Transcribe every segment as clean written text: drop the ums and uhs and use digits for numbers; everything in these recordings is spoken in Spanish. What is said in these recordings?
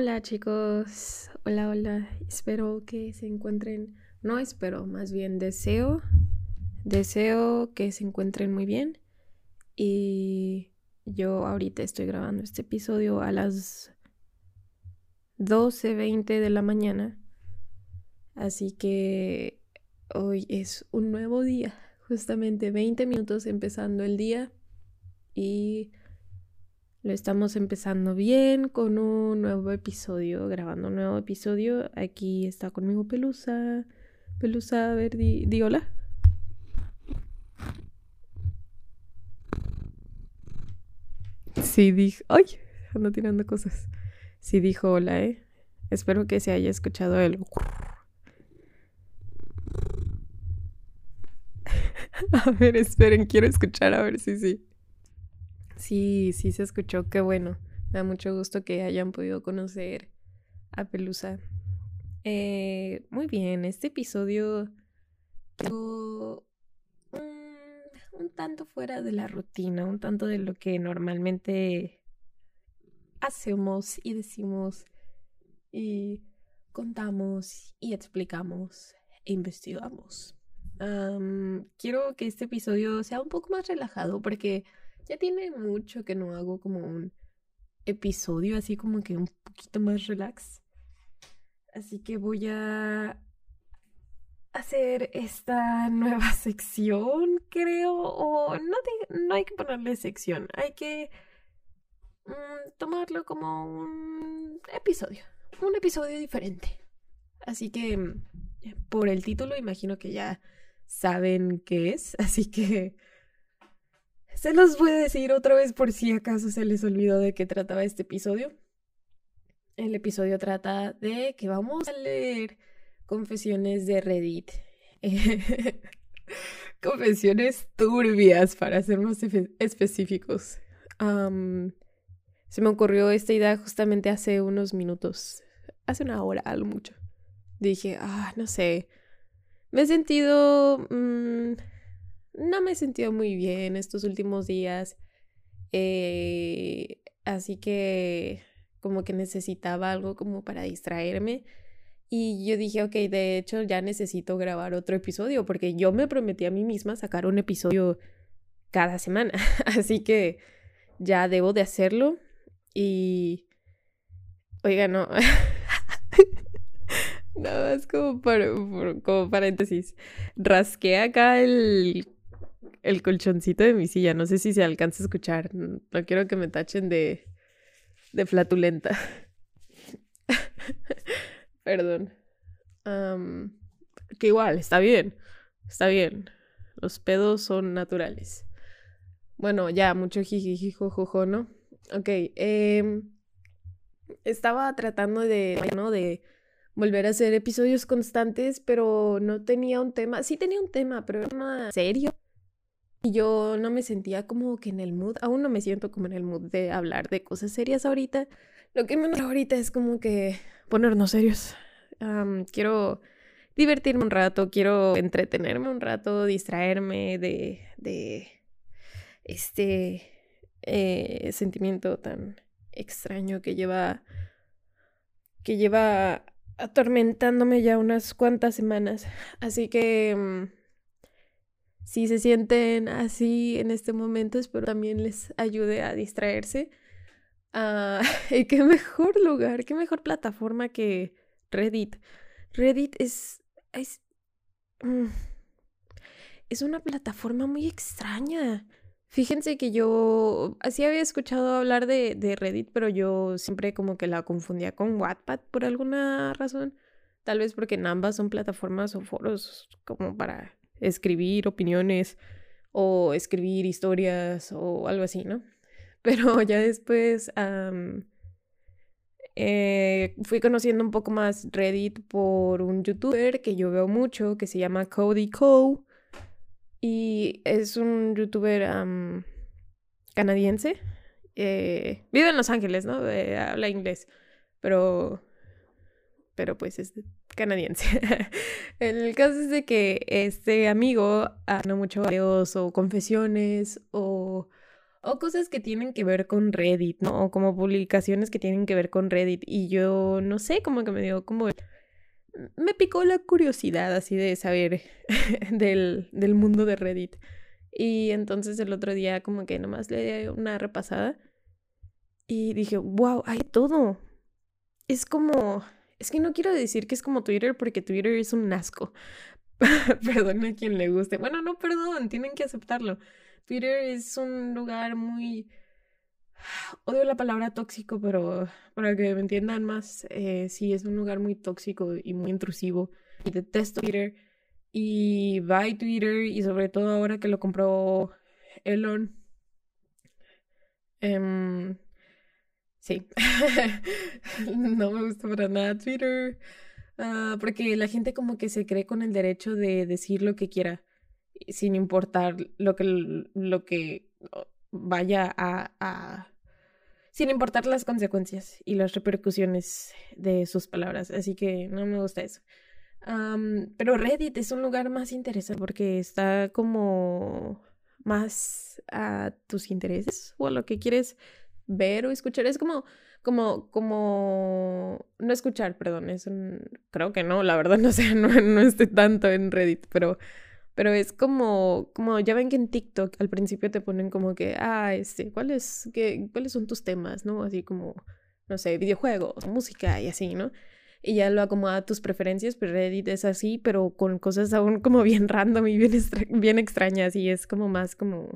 Hola chicos, hola, espero que se encuentren, no espero, más bien deseo que se encuentren muy bien y yo ahorita estoy grabando este episodio a las 12:20 de la mañana, así que hoy es un nuevo día, justamente 20 minutos empezando el día y lo estamos empezando bien con un nuevo episodio, grabando un nuevo episodio. Aquí está conmigo Pelusa. Pelusa, a ver, di hola. Sí, dijo. ¡Ay! Ando tirando cosas. Sí, dijo hola, ¿eh? Espero que se haya escuchado el. A ver, esperen, quiero escuchar, a ver si sí. Sí se escuchó, qué bueno. Me da mucho gusto que hayan podido conocer a Pelusa. Muy bien, este episodio quedó un tanto fuera de la rutina, un tanto de lo que normalmente hacemos y decimos y contamos y explicamos e investigamos. Quiero que este episodio sea un poco más relajado porque ya tiene mucho que no hago como un episodio así como que un poquito más relax. Así que voy a hacer esta nueva sección, creo, o no hay que ponerle sección, hay que tomarlo como un episodio diferente. Así que por el título imagino que ya saben qué es, así que se los voy a decir otra vez por si acaso se les olvidó de qué trataba este episodio. El episodio trata de que vamos a leer confesiones de Reddit. Confesiones turbias, para ser más específicos. Se me ocurrió esta idea justamente hace unos minutos, hace una hora, a lo mucho. Dije, no sé, me he sentido, no me he sentido muy bien estos últimos días, así que como que necesitaba algo como para distraerme. Y yo dije, ok, de hecho ya necesito grabar otro episodio porque yo me prometí a mí misma sacar un episodio cada semana. Así que ya debo de hacerlo. Y, oiga, no. Nada más como paréntesis. Rasqué acá el colchoncito de mi silla. No sé si se alcanza a escuchar. No quiero que me tachen de flatulenta. Perdón. Que igual, está bien. Está bien. Los pedos son naturales. Bueno, ya, mucho jijijijojojo, ¿no? Ok, estaba tratando ¿no? de volver a hacer episodios constantes, pero no tenía un tema. Sí tenía un tema, pero era un tema serio. Y yo no me sentía como que en el mood. Aún no me siento como en el mood de hablar de cosas serias ahorita. Lo que menos ahorita es como que ponernos serios. Quiero divertirme un rato, quiero entretenerme un rato, distraerme de este sentimiento tan extraño que lleva atormentándome ya unas cuantas semanas. Así que si se sienten así en este momento, espero también les ayude a distraerse. Y qué mejor lugar, qué mejor plataforma que Reddit. Reddit es, mm, es una plataforma muy extraña. Fíjense que yo así había escuchado hablar de Reddit, pero yo siempre como que la confundía con Wattpad por alguna razón. Tal vez porque en ambas son plataformas o foros como para escribir opiniones o escribir historias o algo así, ¿no? Pero ya después fui conociendo un poco más Reddit por un youtuber que yo veo mucho, que se llama Cody Ko. Y es un youtuber canadiense. Vive en Los Ángeles, ¿no? Habla inglés, pero, pero pues es canadiense. El caso es de que este amigo no mucho videos o confesiones O cosas que tienen que ver con Reddit, ¿no? O como publicaciones que tienen que ver con Reddit. Y yo no sé, como que me dio como... Me picó la curiosidad así de saber del mundo de Reddit. Y entonces el otro día como que nomás le di una repasada. Y dije, wow, hay todo. Es como... Es que no quiero decir que es como Twitter porque Twitter es un asco. Perdón a quien le guste. Bueno, no, perdón, tienen que aceptarlo. Twitter es un lugar muy... Odio la palabra tóxico, pero para que me entiendan más, sí, es un lugar muy tóxico y muy intrusivo. Y detesto Twitter. Y bye Twitter, y sobre todo ahora que lo compró Elon. Sí, no me gusta para nada Twitter. Porque la gente como que se cree con el derecho de decir lo que quiera, sin importar lo que vaya sin importar las consecuencias y las repercusiones de sus palabras. Así que no me gusta eso. Pero Reddit es un lugar más interesante porque está como más a tus intereses o a lo que quieres ver o escuchar. Es como, no escuchar, perdón, creo que no, la verdad no sé, no estoy tanto en Reddit, pero es como, ya ven que en TikTok al principio te ponen como que, ¿cuáles son tus temas, no? Así como, no sé, videojuegos, música y así, ¿no? Y ya lo acomoda a tus preferencias, pero Reddit es así, pero con cosas aún como bien random y bien extrañas y es como más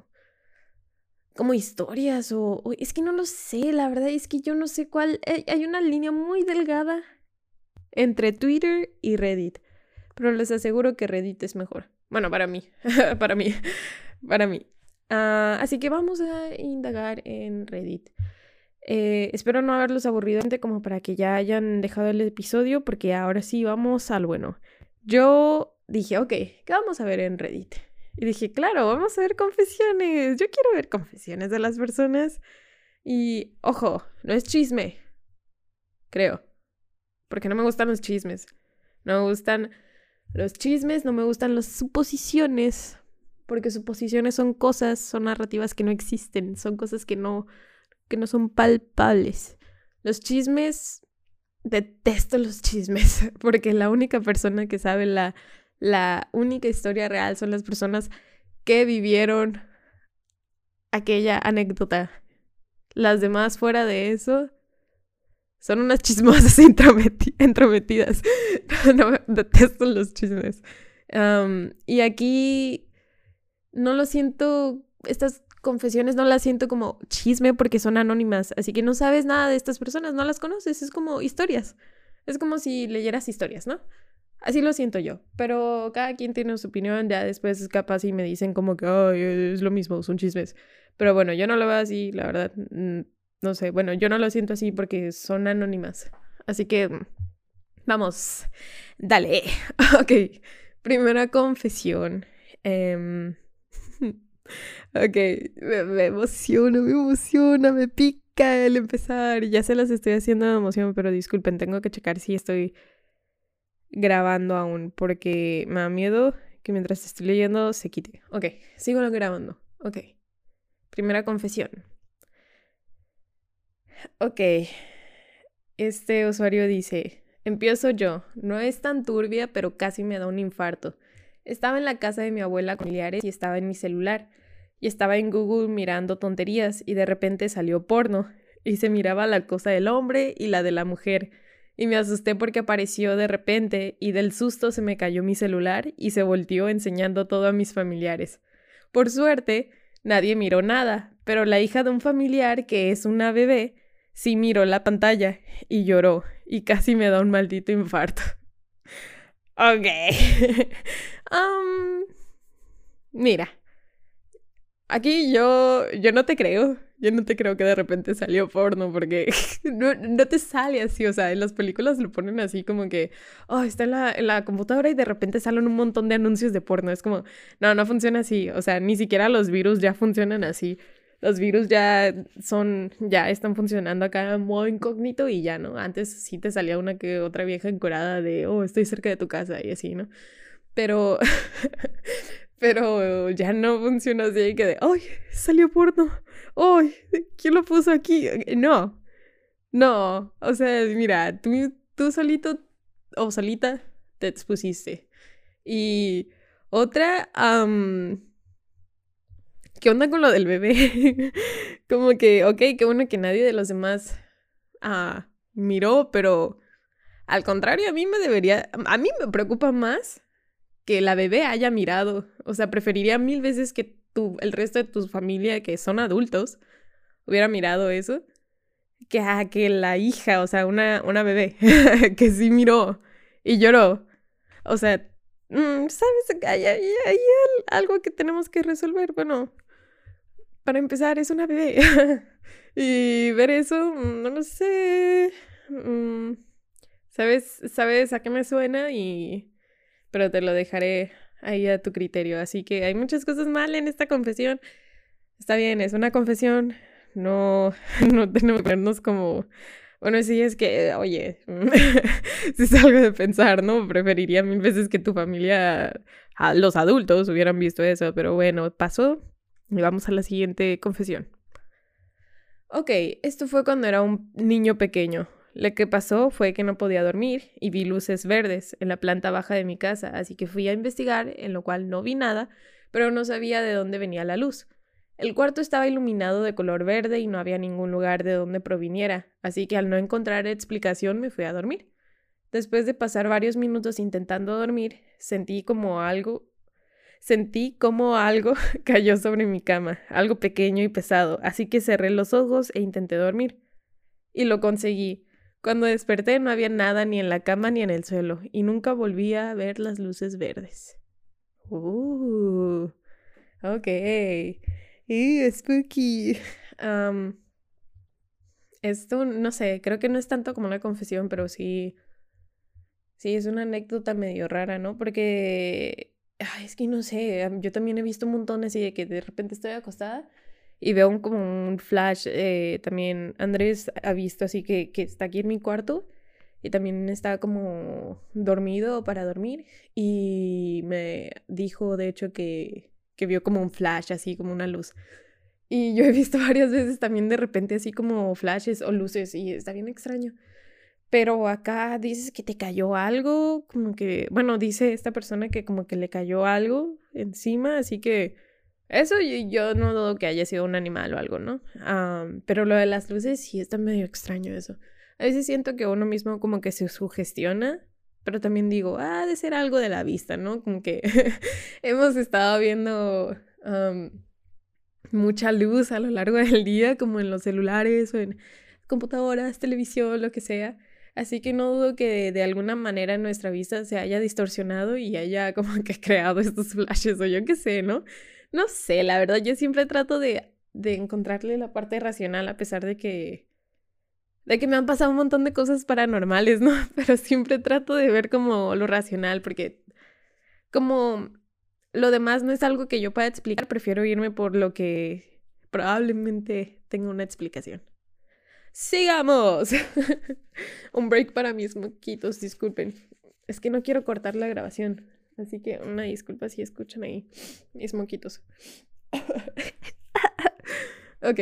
como historias o es que no lo sé, la verdad es que yo no sé cuál, hay una línea muy delgada entre Twitter y Reddit, pero les aseguro que Reddit es mejor. Bueno, para mí, para mí, para mí. Así que vamos a indagar en Reddit. Espero no haberlos aburrido como para que ya hayan dejado el episodio, porque ahora sí vamos al bueno. Yo dije, ok, ¿qué vamos a ver en Reddit? Y dije, claro, vamos a ver confesiones. Yo quiero ver confesiones de las personas. Y, ojo, no es chisme, creo, porque no me gustan los chismes. No me gustan los chismes, no me gustan las suposiciones, porque suposiciones son cosas, son narrativas que no existen, son cosas que no son palpables. Los chismes, detesto los chismes, porque la única persona que sabe la única historia real son las personas que vivieron aquella anécdota. Las demás fuera de eso son unas chismosas entrometidas. No, detesto los chismes. Y aquí no lo siento, estas confesiones no las siento como chisme porque son anónimas, así que no sabes nada de estas personas, no las conoces, es como historias. Es como si leyeras historias, ¿no? Así lo siento yo, pero cada quien tiene su opinión, ya después es capaz y me dicen como que ay, es lo mismo, son chismes. Pero bueno, yo no lo veo así, la verdad, no sé, bueno, yo no lo siento así porque son anónimas. Así que, vamos, dale. Ok, primera confesión. Ok, me emociona, me pica el empezar. Ya se las estoy haciendo de emoción, pero disculpen, tengo que checar si estoy grabando aún, porque me da miedo que mientras estoy leyendo se quite. Ok, sigo grabando. Ok, primera confesión. Ok, este usuario dice, empiezo yo, no es tan turbia, pero casi me da un infarto. Estaba en la casa de mi abuela con familiares y estaba en mi celular. Y estaba en Google mirando tonterías y de repente salió porno. Y se miraba la cosa del hombre y la de la mujer. Y me asusté porque apareció de repente y del susto se me cayó mi celular y se volteó enseñando todo a mis familiares. Por suerte, nadie miró nada, pero la hija de un familiar, que es una bebé, sí miró la pantalla y lloró y casi me da un maldito infarto. Ok. Mira. Aquí yo no te creo. Yo no te creo que de repente salió porno porque no te sale así. O sea, en las películas lo ponen así como que, oh, está en la computadora y de repente salen un montón de anuncios de porno. Es como, no funciona así. O sea, ni siquiera los virus ya funcionan así. Los virus ya están funcionando acá en modo incógnito y ya, ¿no? Antes sí te salía una que otra vieja encorada de, oh, estoy cerca de tu casa y así, ¿no? Pero ya no funciona así que de, ¡ay! Salió porno. ¡Uy! ¿Quién lo puso aquí? No, no. O sea, mira, tú solito o solita te expusiste. Y otra, ¿qué onda con lo del bebé? Como que, ok, qué bueno que nadie de los demás miró, pero al contrario, a mí me preocupa más que la bebé haya mirado. O sea, preferiría mil veces que el resto de tu familia, que son adultos, hubiera mirado eso, que la hija, o sea, una bebé, que sí miró y lloró. O sea, ¿sabes? Hay algo que tenemos que resolver. Bueno, para empezar, es una bebé. Y ver eso, no lo sé. ¿Sabes a qué me suena? Pero te lo dejaré ahí a tu criterio. Así que hay muchas cosas mal en esta confesión. Está bien, es una confesión. No, no tenemos que vernos como... Bueno, sí, es que, oye, si es algo de pensar, ¿no? Preferiría mil veces que tu familia, los adultos, hubieran visto eso. Pero bueno, pasó y vamos a la siguiente confesión. Ok, esto fue cuando era un niño pequeño. Lo que pasó fue que no podía dormir y vi luces verdes en la planta baja de mi casa, así que fui a investigar, en lo cual no vi nada, pero no sabía de dónde venía la luz. El cuarto estaba iluminado de color verde y no había ningún lugar de donde proviniera, así que al no encontrar explicación me fui a dormir. Después de pasar varios minutos intentando dormir, sentí como algo cayó sobre mi cama, algo pequeño y pesado, así que cerré los ojos e intenté dormir. Y lo conseguí. Cuando desperté no había nada ni en la cama ni en el suelo, y nunca volví a ver las luces verdes. Ok. Spooky. Esto, no sé, creo que no es tanto como una confesión, pero sí es una anécdota medio rara, ¿no? Porque, es que no sé, yo también he visto un montón así de que de repente estoy acostada y veo como un flash. También Andrés ha visto así que está aquí en mi cuarto y también está como dormido para dormir y me dijo de hecho que vio como un flash, así como una luz. Y yo he visto varias veces también de repente así como flashes o luces y está bien extraño. Pero acá dices que te cayó algo, como que, bueno, dice esta persona que como que le cayó algo encima, así que eso yo no dudo que haya sido un animal o algo, ¿no? Pero lo de las luces sí está medio extraño eso. A veces siento que uno mismo como que se sugestiona, pero también digo, ha de ser algo de la vista, ¿no? Como que hemos estado viendo mucha luz a lo largo del día, como en los celulares o en computadoras, televisión, lo que sea. Así que no dudo que de alguna manera nuestra vista se haya distorsionado y haya como que creado estos flashes o yo qué sé, ¿no? No sé, la verdad yo siempre trato de encontrarle la parte racional a pesar de que me han pasado un montón de cosas paranormales, ¿no? Pero siempre trato de ver como lo racional porque como lo demás no es algo que yo pueda explicar, prefiero irme por lo que probablemente tenga una explicación. ¡Sigamos! Un break para mis moquitos, disculpen. Es que no quiero cortar la grabación, así que una disculpa si escuchan ahí mis moquitos. Ok.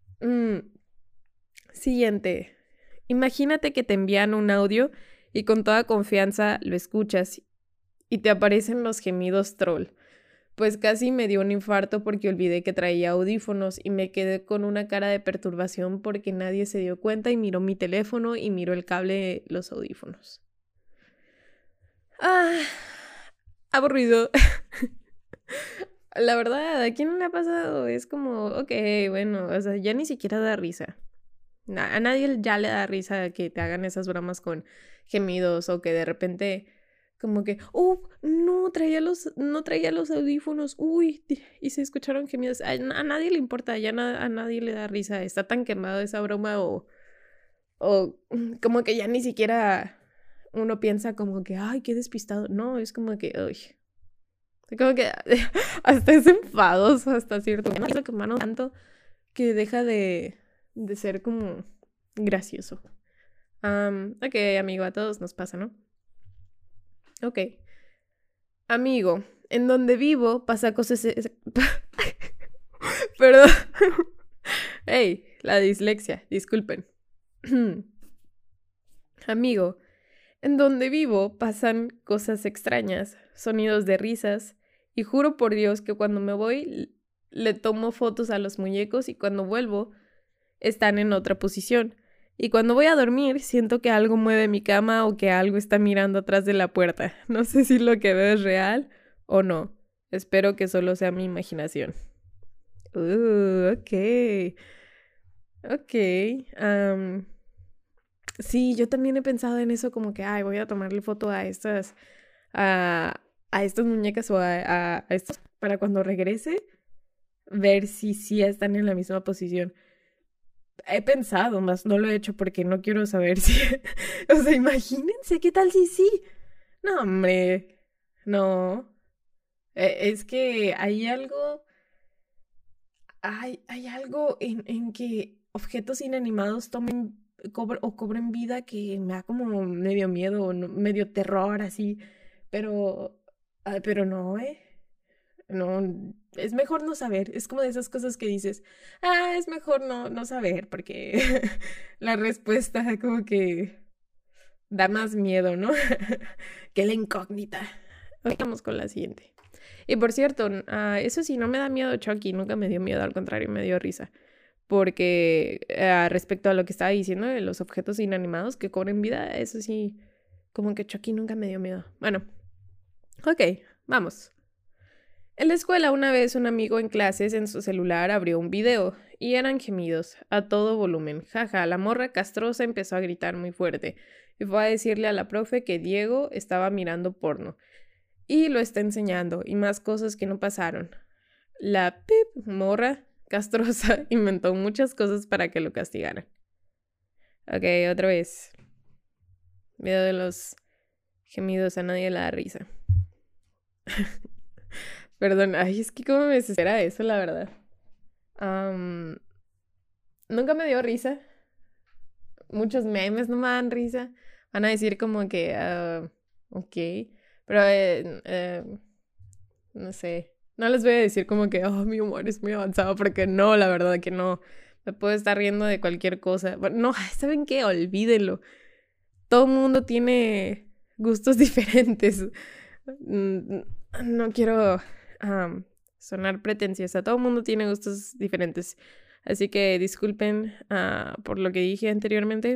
Siguiente. Imagínate que te envían un audio y con toda confianza lo escuchas y te aparecen los gemidos troll. Pues casi me dio un infarto porque olvidé que traía audífonos y me quedé con una cara de perturbación porque nadie se dio cuenta y miró mi teléfono y miró el cable de los audífonos. Aburrido. La verdad, ¿a quién no le ha pasado? Es como, ok, bueno, o sea, ya ni siquiera da risa. A nadie ya le da risa que te hagan esas bromas con gemidos o que de repente como que, no traía los audífonos, uy, y se escucharon gemidos. A nadie le importa, ya a nadie le da risa, está tan quemado esa broma o como que ya ni siquiera uno piensa como que, ay, qué despistado. No, es como que, uy, como que hasta es enfadoso hasta cierto punto. No lo quemaron tanto que deja de ser como gracioso. Ok, amigo, a todos nos pasa, ¿no? Ok. Amigo, en donde vivo pasa cosas... Perdón. Hey, la dislexia, disculpen. Amigo, en donde vivo pasan cosas extrañas, sonidos de risas, y juro por Dios que cuando me voy le tomo fotos a los muñecos y cuando vuelvo están en otra posición. Y cuando voy a dormir siento que algo mueve mi cama o que algo está mirando atrás de la puerta. No sé si lo que veo es real o no. Espero que solo sea mi imaginación. Ok. Ok. Sí, yo también he pensado en eso como que, ay, voy a tomarle foto a, a estas muñecas o a estos para cuando regrese, ver si sí están en la misma posición. He pensado, más no lo he hecho porque no quiero saber si, o sea, imagínense, ¿qué tal si sí? No, hombre, no. Es que hay algo en que objetos inanimados cobren vida que me da como medio miedo, medio terror, así. Pero, pero no, ¿eh? No, es mejor no saber. Es como de esas cosas que dices, es mejor no saber, porque la respuesta como que da más miedo, ¿no? Que la incógnita. Vamos con la siguiente. Y por cierto, eso sí, no me da miedo Chucky, nunca me dio miedo, al contrario, me dio risa. Porque respecto a lo que estaba diciendo de los objetos inanimados que cobren vida, eso sí, como que Chucky nunca me dio miedo. Bueno, ok, vamos. En la escuela una vez un amigo en clases en su celular abrió un video y eran gemidos a todo volumen. Jaja, la morra castrosa empezó a gritar muy fuerte y fue a decirle a la profe que Diego estaba mirando porno y lo está enseñando y más cosas que no pasaron. La morra castrosa inventó muchas cosas para que lo castigaran. Ok, otra vez. Video de los gemidos, a nadie le da risa. Perdón, ay, es que cómo me desespera eso, la verdad. Nunca me dio risa. Muchos memes no me dan risa. Van a decir como que, ok. Pero, no sé. No les voy a decir como que, oh, mi humor es muy avanzado, porque no, la verdad que no. Me puedo estar riendo de cualquier cosa. Bueno, no, ¿saben qué? Olvídenlo. Todo el mundo tiene gustos diferentes. No quiero sonar pretenciosa. Todo el mundo tiene gustos diferentes. Así que disculpen por lo que dije anteriormente.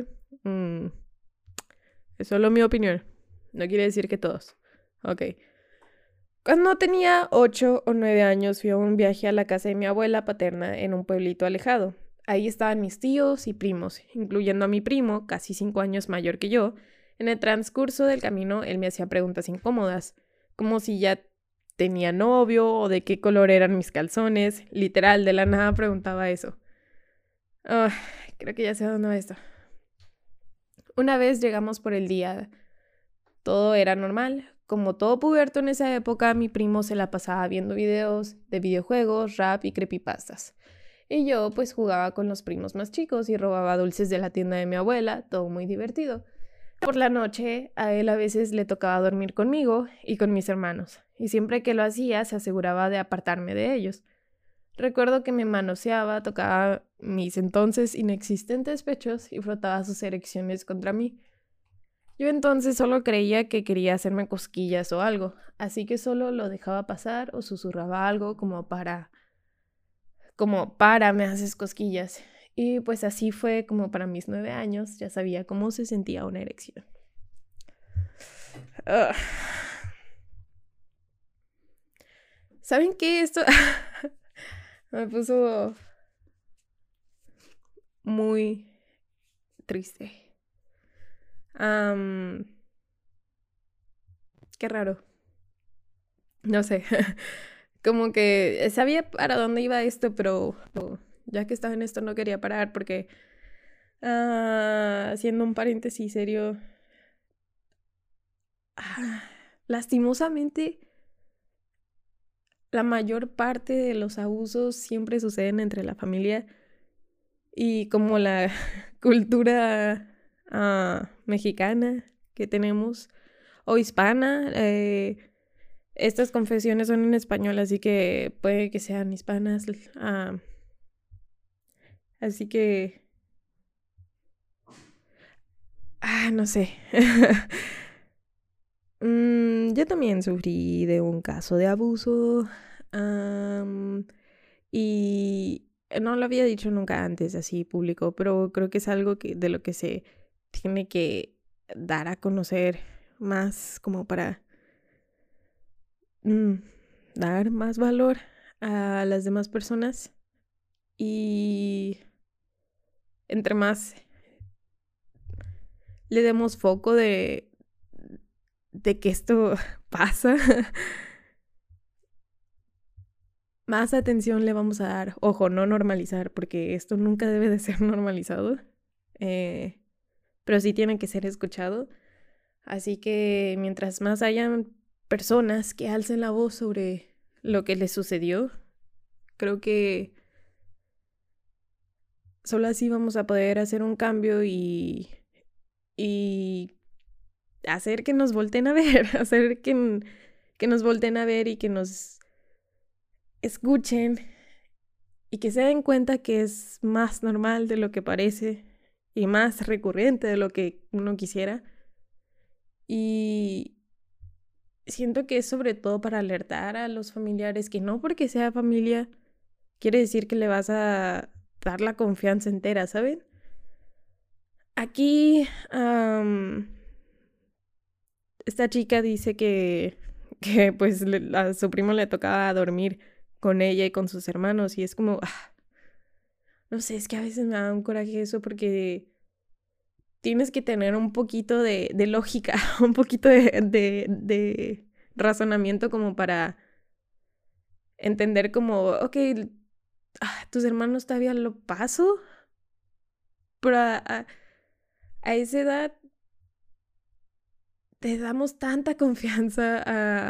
Es solo mi opinión. No quiere decir que todos. Ok. Cuando tenía 8 o 9 años fui a un viaje a la casa de mi abuela paterna en un pueblito alejado. Ahí estaban mis tíos y primos, incluyendo a mi primo, casi 5 años mayor que yo. En el transcurso del camino él me hacía preguntas incómodas, como si ya tenía novio o de qué color eran mis calzones. Literal, de la nada preguntaba eso. Ah, creo que ya sé a dónde va esto. Una vez llegamos por el día. Todo era normal. Como todo puberto en esa época, mi primo se la pasaba viendo videos de videojuegos, rap y creepypastas. Y yo pues jugaba con los primos más chicos y robaba dulces de la tienda de mi abuela, todo muy divertido. Por la noche, a él a veces le tocaba dormir conmigo y con mis hermanos, y siempre que lo hacía se aseguraba de apartarme de ellos. Recuerdo que me manoseaba, tocaba mis entonces inexistentes pechos y frotaba sus erecciones contra mí. Yo entonces solo creía que quería hacerme cosquillas o algo, así que solo lo dejaba pasar o susurraba algo me haces cosquillas. Y pues así fue como para mis 9 años ya sabía cómo se sentía una erección. Ugh. ¿Saben qué? Esto me puso muy triste. Qué raro. No sé. Como que sabía para dónde iba esto, pero ya que estaba en esto no quería parar porque, haciendo un paréntesis serio, lastimosamente la mayor parte de los abusos siempre suceden entre la familia y como la cultura mexicana que tenemos o hispana, estas confesiones son en español, así que puede que sean hispanas. Así que... no sé. Yo también sufrí de un caso de abuso. Y no lo había dicho nunca antes así público, pero creo que es algo de lo que se tiene que dar a conocer más como para dar más valor a las demás personas. Y entre más le demos foco de que esto pasa, más atención le vamos a dar. Ojo, no normalizar, porque esto nunca debe de ser normalizado, pero sí tiene que ser escuchado. Así que mientras más hayan personas que alcen la voz sobre lo que les sucedió, creo que solo así vamos a poder hacer un cambio y hacer que nos volteen a ver, hacer que nos volteen a ver y que nos escuchen y que se den cuenta que es más normal de lo que parece y más recurrente de lo que uno quisiera. Y siento que es sobre todo para alertar a los familiares que no porque sea familia quiere decir que le vas a dar la confianza entera, ¿saben? Aquí esta chica dice que pues a su primo le tocaba dormir con ella y con sus hermanos y es como, no sé, es que a veces me da un coraje eso porque tienes que tener un poquito de lógica, un poquito de razonamiento como para entender como, ok, tus hermanos todavía lo paso, pero a esa edad te damos tanta confianza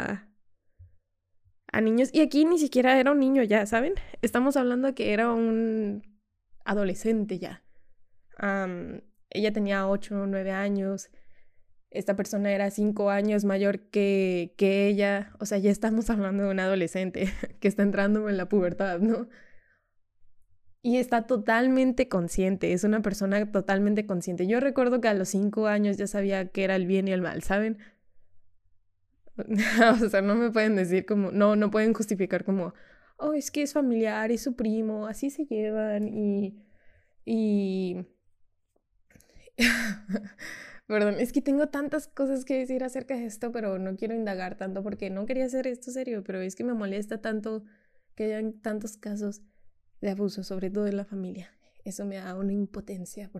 a niños. Y aquí ni siquiera era un niño ya, ¿saben? Estamos hablando que era un adolescente ya. Ella tenía 8 o 9 años. Esta persona era 5 años mayor que ella. O sea, ya estamos hablando de un adolescente que está entrando en la pubertad, ¿no? Y está totalmente consciente, es una persona totalmente consciente. Yo recuerdo que a los 5 años ya sabía qué era el bien y el mal, ¿saben? O sea, no me pueden decir como, no pueden justificar como, oh, es que es familiar, es su primo, así se llevan y... Perdón, es que tengo tantas cosas que decir acerca de esto, pero no quiero indagar tanto porque no quería hacer esto serio, pero es que me molesta tanto que hayan tantos casos de abuso, sobre todo en la familia. Eso me da una impotencia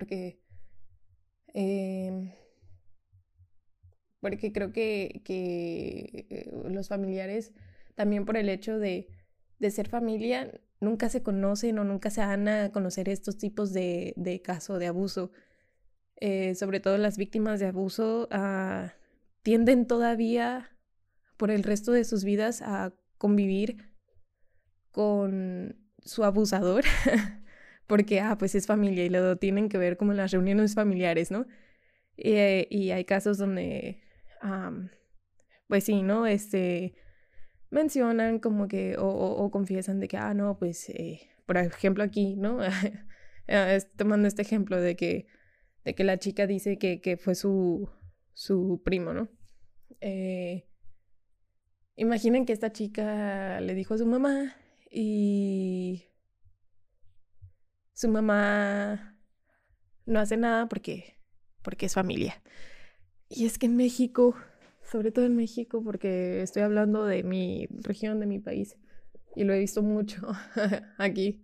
eh, porque creo que los familiares, también por el hecho de ser familia, nunca se conocen o nunca se van a conocer estos tipos de caso de abuso. Sobre todo las víctimas de abuso tienden todavía por el resto de sus vidas a convivir con su abusador, porque pues es familia y lo tienen que ver como en las reuniones familiares, ¿no? Y hay casos donde, pues sí, ¿no? Mencionan como que, o confiesan de que, no, pues, por ejemplo aquí, ¿no? Tomando este ejemplo de que la chica dice que fue su primo, ¿no? Imaginen que esta chica le dijo a su mamá y su mamá no hace nada porque es familia. Y es que en México, sobre todo en México, porque estoy hablando de mi región, de mi país, y lo he visto mucho aquí,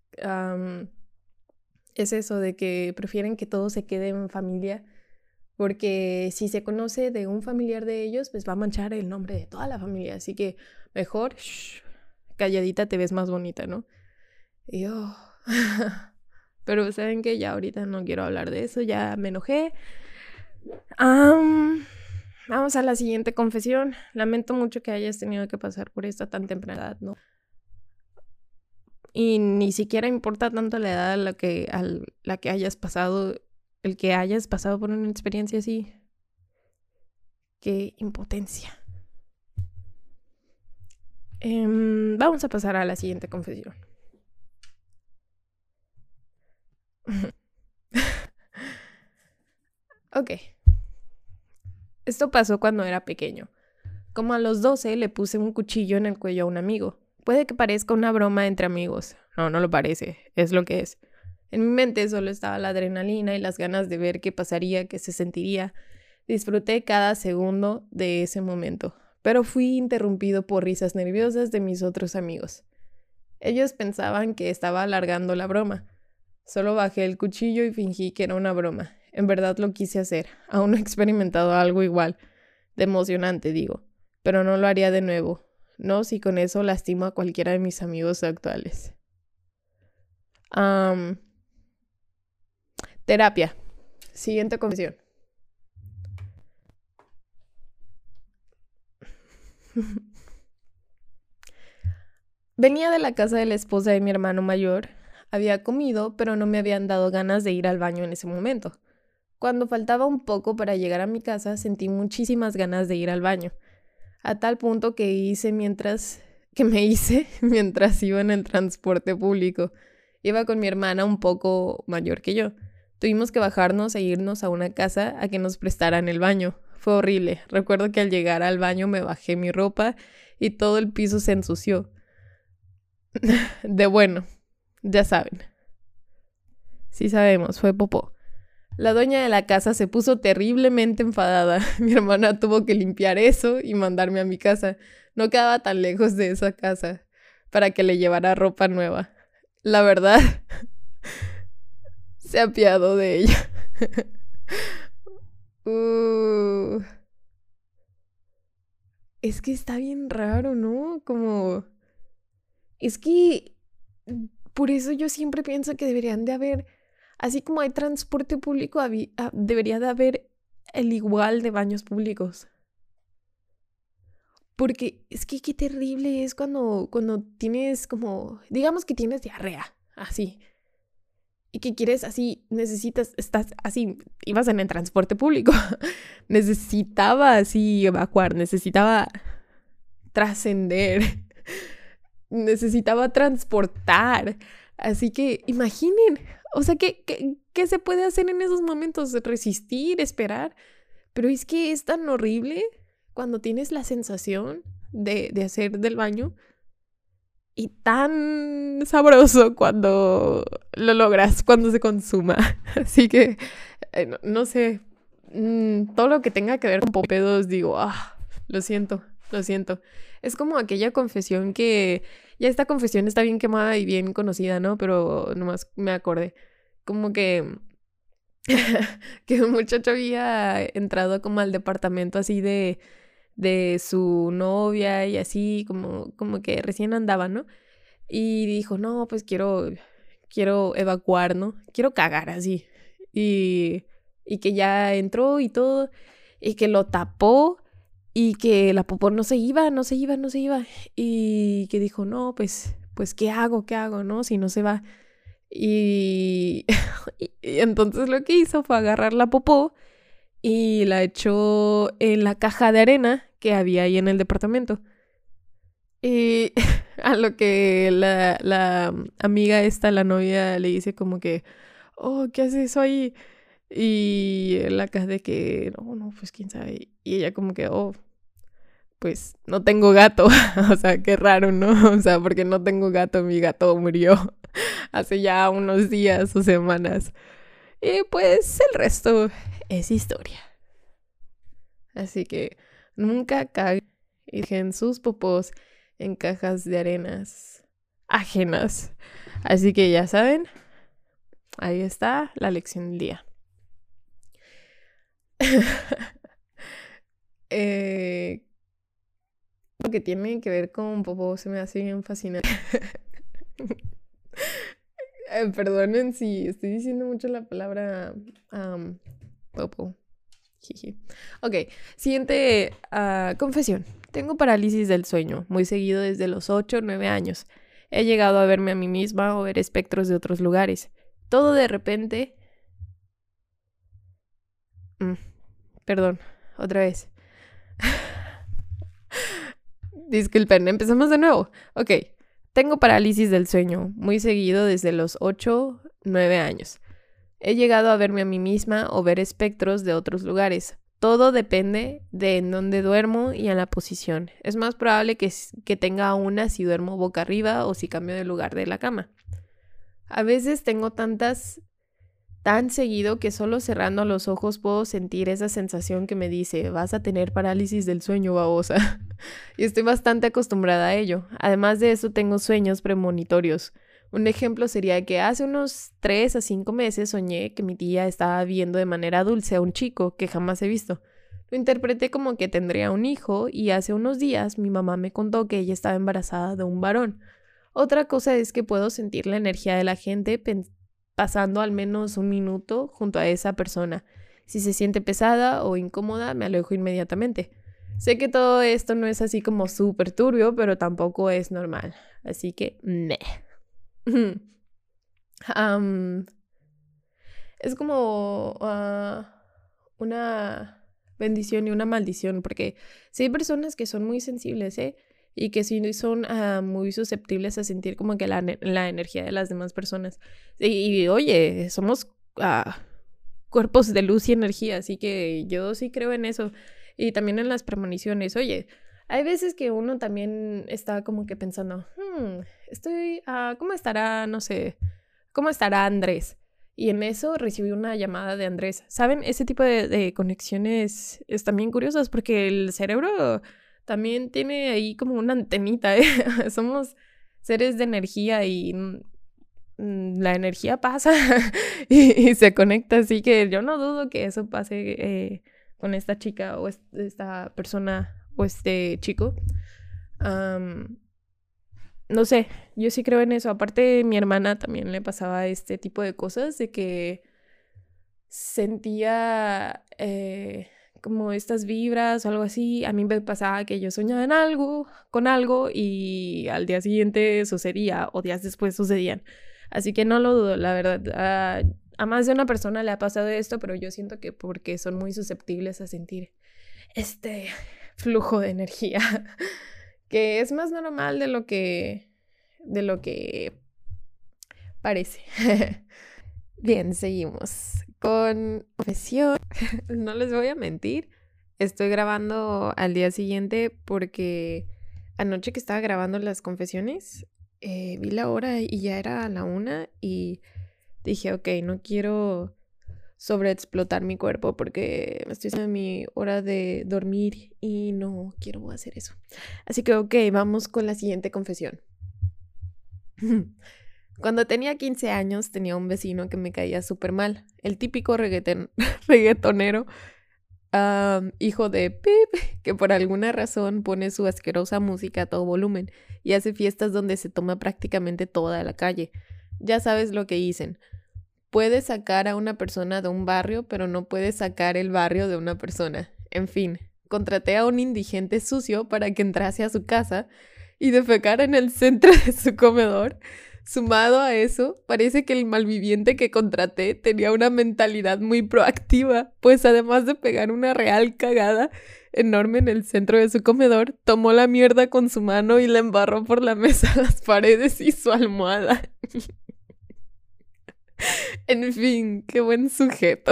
es eso de que prefieren que todo se quede en familia, porque si se conoce de un familiar de ellos, pues va a manchar el nombre de toda la familia. Así que mejor, calladita te ves más bonita, ¿no? Y yo... Pero saben que ya ahorita no quiero hablar de eso, ya me enojé. Vamos a la siguiente confesión. Lamento mucho que hayas tenido que pasar por esto a tan temprana edad, ¿no? Y ni siquiera importa tanto la edad a la que hayas pasado, el que hayas pasado por una experiencia así. Qué impotencia. Vamos a pasar a la siguiente confesión. Ok. Esto pasó cuando era pequeño. Como a los 12 le puse un cuchillo en el cuello a un amigo. Puede que parezca una broma entre amigos. No, no lo parece. Es lo que es. En mi mente solo estaba la adrenalina y las ganas de ver qué pasaría, qué se sentiría. Disfruté cada segundo de ese momento, pero fui interrumpido por risas nerviosas de mis otros amigos. Ellos pensaban que estaba alargando la broma. Solo bajé el cuchillo y fingí que era una broma. En verdad lo quise hacer. Aún no he experimentado algo igual. De emocionante, digo. Pero no lo haría de nuevo. No si con eso lastimo a cualquiera de mis amigos actuales. Terapia. Siguiente confesión. Venía de la casa de la esposa de mi hermano mayor. Había comido, pero no me habían dado ganas de ir al baño en ese momento. Cuando faltaba un poco para llegar a mi casa, sentí muchísimas ganas de ir al baño. A tal punto que me hice mientras iba en el transporte público. Iba con mi hermana un poco mayor que yo. Tuvimos que bajarnos e irnos a una casa a que nos prestaran el baño. Fue horrible. Recuerdo que al llegar al baño me bajé mi ropa y todo el piso se ensució. Ya saben. Sí sabemos, fue popó. La dueña de la casa se puso terriblemente enfadada. Mi hermana tuvo que limpiar eso y mandarme a mi casa. No quedaba tan lejos de esa casa para que le llevara ropa nueva. La verdad, se apiadó de ella. Es que está bien raro, ¿no? Es que por eso yo siempre pienso que deberían de haber, así como hay transporte público, debería de haber el igual de baños públicos. Porque es que qué terrible es cuando tienes digamos que tienes diarrea, así. Y que quieres así, estás así, ibas en el transporte público. Necesitaba así evacuar, necesitaba trascender, necesitaba transportar. Así que imaginen, o sea, ¿qué se puede hacer en esos momentos? Resistir, esperar. Pero es que es tan horrible cuando tienes la sensación de hacer del baño y tan sabroso cuando lo logras, cuando se consuma. Así que, no sé, todo lo que tenga que ver con pedos, digo, lo siento. Es como aquella confesión que, ya esta confesión está bien quemada y bien conocida, ¿no? Pero nomás me acordé, como que que un muchacho había entrado como al departamento así de su novia y así como que recién andaba, ¿no? Y dijo, no, pues quiero evacuar, ¿no? Quiero cagar así. Y que ya entró y todo, y que lo tapó y que la popó no se iba. Y que dijo, no, pues ¿qué hago, no? Si no se va. Y, y entonces lo que hizo fue agarrar la popó y la echó en la caja de arena que había ahí en el departamento. Y a lo que la amiga esta, la novia, le dice como que, oh, ¿qué haces eso ahí? Y la caja de que, no, pues quién sabe. Y ella como que, oh, pues no tengo gato. O sea, qué raro, ¿no? O sea, porque no tengo gato, mi gato murió hace ya unos días o semanas. Y pues el resto es historia. Así que nunca caguen y dejen sus popós en cajas de arenas ajenas. Así que ya saben, ahí está la lección del día. Lo que tiene que ver con popó se me hace bien fascinante. Perdonen si estoy diciendo mucho la palabra popó. Ok, siguiente confesión. Tengo parálisis del sueño, muy seguido desde los 8 o 9 años. He llegado a verme a mí misma o ver espectros de otros lugares. Todo de repente... Perdón, otra vez. Disculpen, empezamos de nuevo. Ok, tengo parálisis del sueño, muy seguido desde los 8 o 9 años. He llegado a verme a mí misma o ver espectros de otros lugares. Todo depende de en dónde duermo y en la posición. Es más probable que tenga una si duermo boca arriba o si cambio de lugar de la cama. A veces tengo tan seguido que solo cerrando los ojos puedo sentir esa sensación que me dice, vas a tener parálisis del sueño, babosa. Y estoy bastante acostumbrada a ello. Además de eso, tengo sueños premonitorios. Un ejemplo sería que hace unos 3 a 5 meses soñé que mi tía estaba viendo de manera dulce a un chico que jamás he visto. Lo interpreté como que tendría un hijo y hace unos días mi mamá me contó que ella estaba embarazada de un varón. Otra cosa es que puedo sentir la energía de la gente pasando al menos un minuto junto a esa persona. Si se siente pesada o incómoda, me alejo inmediatamente. Sé que todo esto no es así como súper turbio, pero tampoco es normal. Así que, meh. Es como una bendición y una maldición, porque sí hay personas que son muy sensibles, y que sí son muy susceptibles a sentir como que la energía de las demás personas. Y oye, somos cuerpos de luz y energía, así que yo sí creo en eso. Y también en las premoniciones. Oye, hay veces que uno también está como que pensando, ¿cómo estará, no sé, cómo estará Andrés? Y en eso recibí una llamada de Andrés. ¿Saben? Ese tipo de conexiones están bien curiosas porque el cerebro también tiene ahí como una antenita, Somos seres de energía y la energía pasa y se conecta, así que yo no dudo que eso pase con esta chica o esta persona o este chico. No sé, yo sí creo en eso. Aparte, mi hermana también le pasaba este tipo de cosas, de que sentía como estas vibras o algo así. A mí me pasaba que yo soñaba con algo y al día siguiente sucedía o días después sucedían. Así que no lo dudo, la verdad. A más de una persona le ha pasado esto, pero yo siento que porque son muy susceptibles a sentir este flujo de energía que es más normal de lo que parece. Bien, seguimos con confesión. No les voy a mentir, estoy grabando al día siguiente porque anoche que estaba grabando las confesiones, vi la hora y ya era la 1 y dije, ok, no quiero sobreexplotar mi cuerpo porque estoy haciendo mi hora de dormir y no quiero hacer eso. Así que, ok, vamos con la siguiente confesión. Cuando tenía 15 años tenía un vecino que me caía súper mal. El típico reggaetonero, hijo de Pip, que por alguna razón pone su asquerosa música a todo volumen y hace fiestas donde se toma prácticamente toda la calle. Ya sabes lo que dicen. Puedes sacar a una persona de un barrio, pero no puedes sacar el barrio de una persona. En fin, contraté a un indigente sucio para que entrase a su casa y defecara en el centro de su comedor. Sumado a eso, parece que el malviviente que contraté tenía una mentalidad muy proactiva, pues además de pegar una real cagada enorme en el centro de su comedor, tomó la mierda con su mano y la embarró por la mesa, las paredes y su almohada. En fin, qué buen sujeto.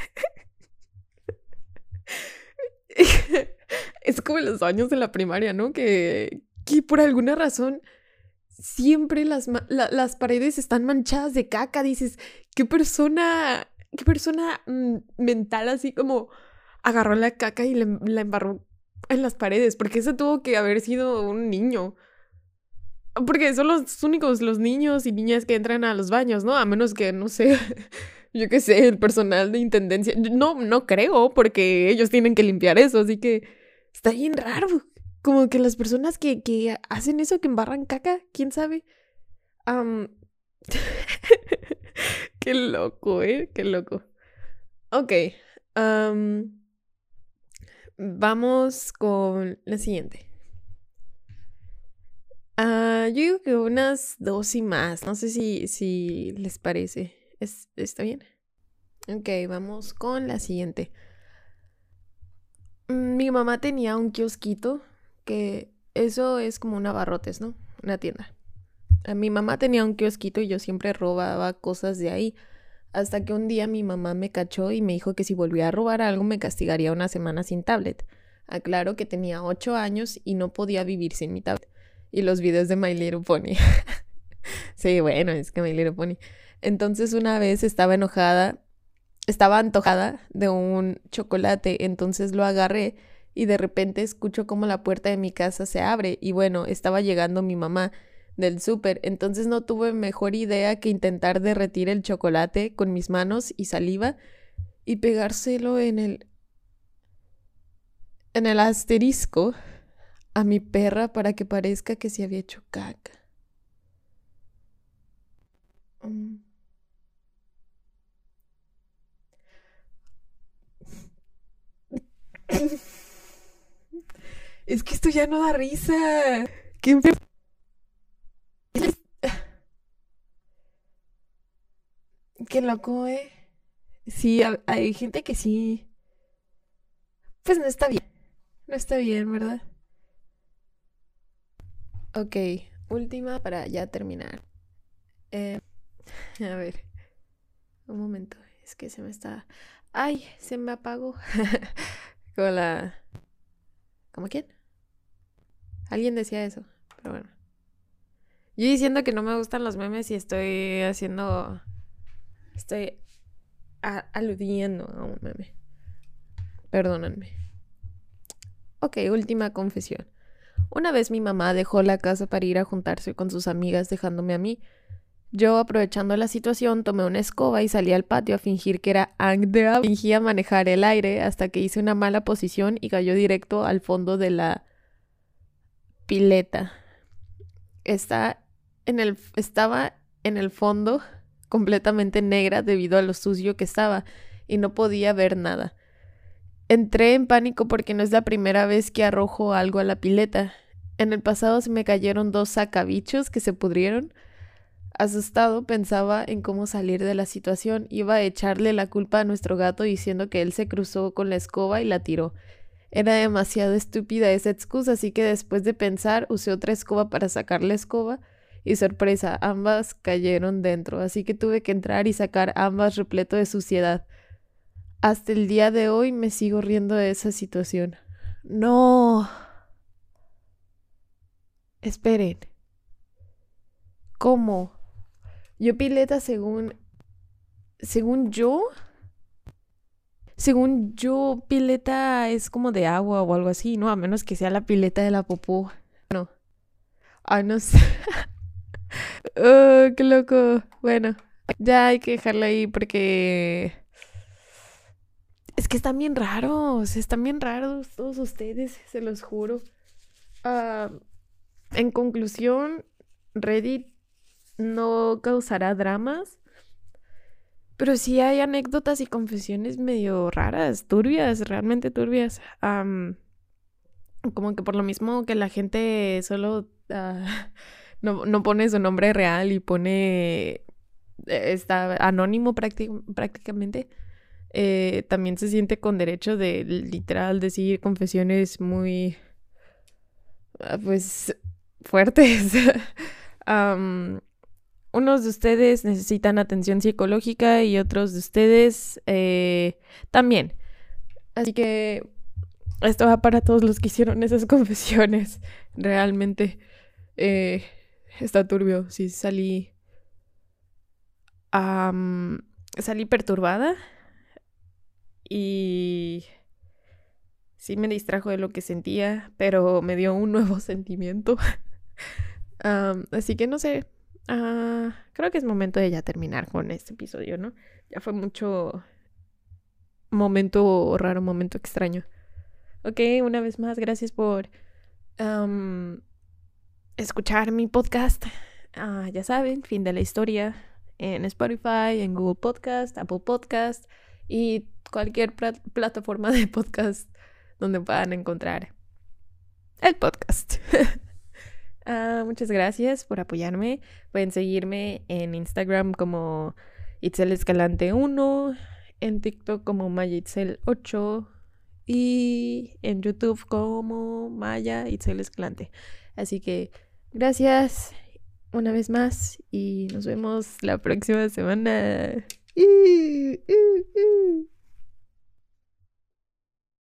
Es como en los años de la primaria, ¿no? Que por alguna razón siempre las paredes están manchadas de caca. Dices, qué persona mental así como agarró la caca y la embarró en las paredes. Porque ese tuvo que haber sido un niño. Porque son los únicos, los niños y niñas que entran a los baños, ¿no? A menos que, no sé, yo qué sé, el personal de intendencia. No creo, porque ellos tienen que limpiar eso, así que está bien raro. Como que las personas que hacen eso, que embarran caca, ¿quién sabe? Qué loco, Qué loco. Ok. Vamos con la siguiente. Yo digo que unas 2 y más. No sé si les parece. ¿Está bien? Ok, vamos con la siguiente. Mi mamá tenía un kiosquito, que eso es como un abarrotes, ¿no? Una tienda. Mi mamá tenía un kiosquito y yo siempre robaba cosas de ahí. hasta que un día mi mamá me cachó y me dijo que si volvía a robar algo me castigaría una semana sin tablet. Aclaro que tenía 8 años y no podía vivir sin mi tablet. Y los videos de My Little Pony. Sí, bueno, es que My Little Pony. Entonces una vez estaba antojada de un chocolate, entonces lo agarré y de repente escucho como la puerta de mi casa se abre y bueno, estaba llegando mi mamá del súper, entonces no tuve mejor idea que intentar derretir el chocolate con mis manos y saliva y pegárselo en el asterisco a mi perra para que parezca que se había hecho caca. Mm. Es que esto ya no da risa. Qué qué loco, ¿eh? Sí, hay gente que sí. Pues no está bien. No está bien, ¿verdad? Ok, última para ya terminar. Eh, a ver, un momento. Es que se me está. ¡Ay! Se me apagó. Con la. ¿Cómo quién? Alguien decía eso. Pero bueno. Yo diciendo que no me gustan los memes y estoy haciendo. Estoy aludiendo a un meme. Perdónenme. Ok, última confesión. Una vez mi mamá dejó la casa para ir a juntarse con sus amigas dejándome a mí. Yo, aprovechando la situación, tomé una escoba y salí al patio a fingir que era Ang de agua. Fingía manejar el aire hasta que hice una mala posición y cayó directo al fondo de la pileta. Estaba en el fondo completamente negra debido a lo sucio que estaba y no podía ver nada. Entré en pánico porque no es la primera vez que arrojo algo a la pileta. En el pasado se me cayeron 2 sacabichos que se pudrieron. Asustado, pensaba en cómo salir de la situación. Iba a echarle la culpa a nuestro gato diciendo que él se cruzó con la escoba y la tiró. Era demasiado estúpida esa excusa, así que después de pensar usé otra escoba para sacar la escoba y sorpresa, ambas cayeron dentro, así que tuve que entrar y sacar ambas repleto de suciedad. Hasta el día de hoy me sigo riendo de esa situación. No, esperen, ¿cómo? Yo pileta según yo, pileta es como de agua o algo así, ¿no? A menos que sea la pileta de la popó. No. Ay, no sé. Oh, qué loco. Bueno, ya hay que dejarlo ahí porque es que están bien raros todos ustedes, se los juro. Ah, en conclusión, Reddit no causará dramas, pero sí hay anécdotas y confesiones medio raras, turbias, realmente turbias. Como que por lo mismo que la gente solo no pone su nombre real y pone está anónimo prácticamente, también se siente con derecho de literal decir confesiones muy, pues, fuertes. Am, Unos de ustedes necesitan atención psicológica y otros de ustedes también. Así que esto va para todos los que hicieron esas confesiones. Realmente eh, está turbio. Sí, salí perturbada y sí me distrajo de lo que sentía, pero me dio un nuevo sentimiento. Así que no sé, creo que es momento de ya terminar con este episodio, ¿no? Ya fue mucho momento raro, momento extraño. Ok, una vez más, gracias por escuchar mi podcast. Ya saben, fin de la historia en Spotify, en Google Podcast, Apple Podcast y cualquier plataforma de podcast donde puedan encontrar el podcast. Muchas gracias por apoyarme. Pueden seguirme en Instagram como Itzel Escalante 1, en TikTok como Maya Itzel 8 y en YouTube como Maya Itzel Escalante. Así que gracias una vez más y nos vemos la próxima semana.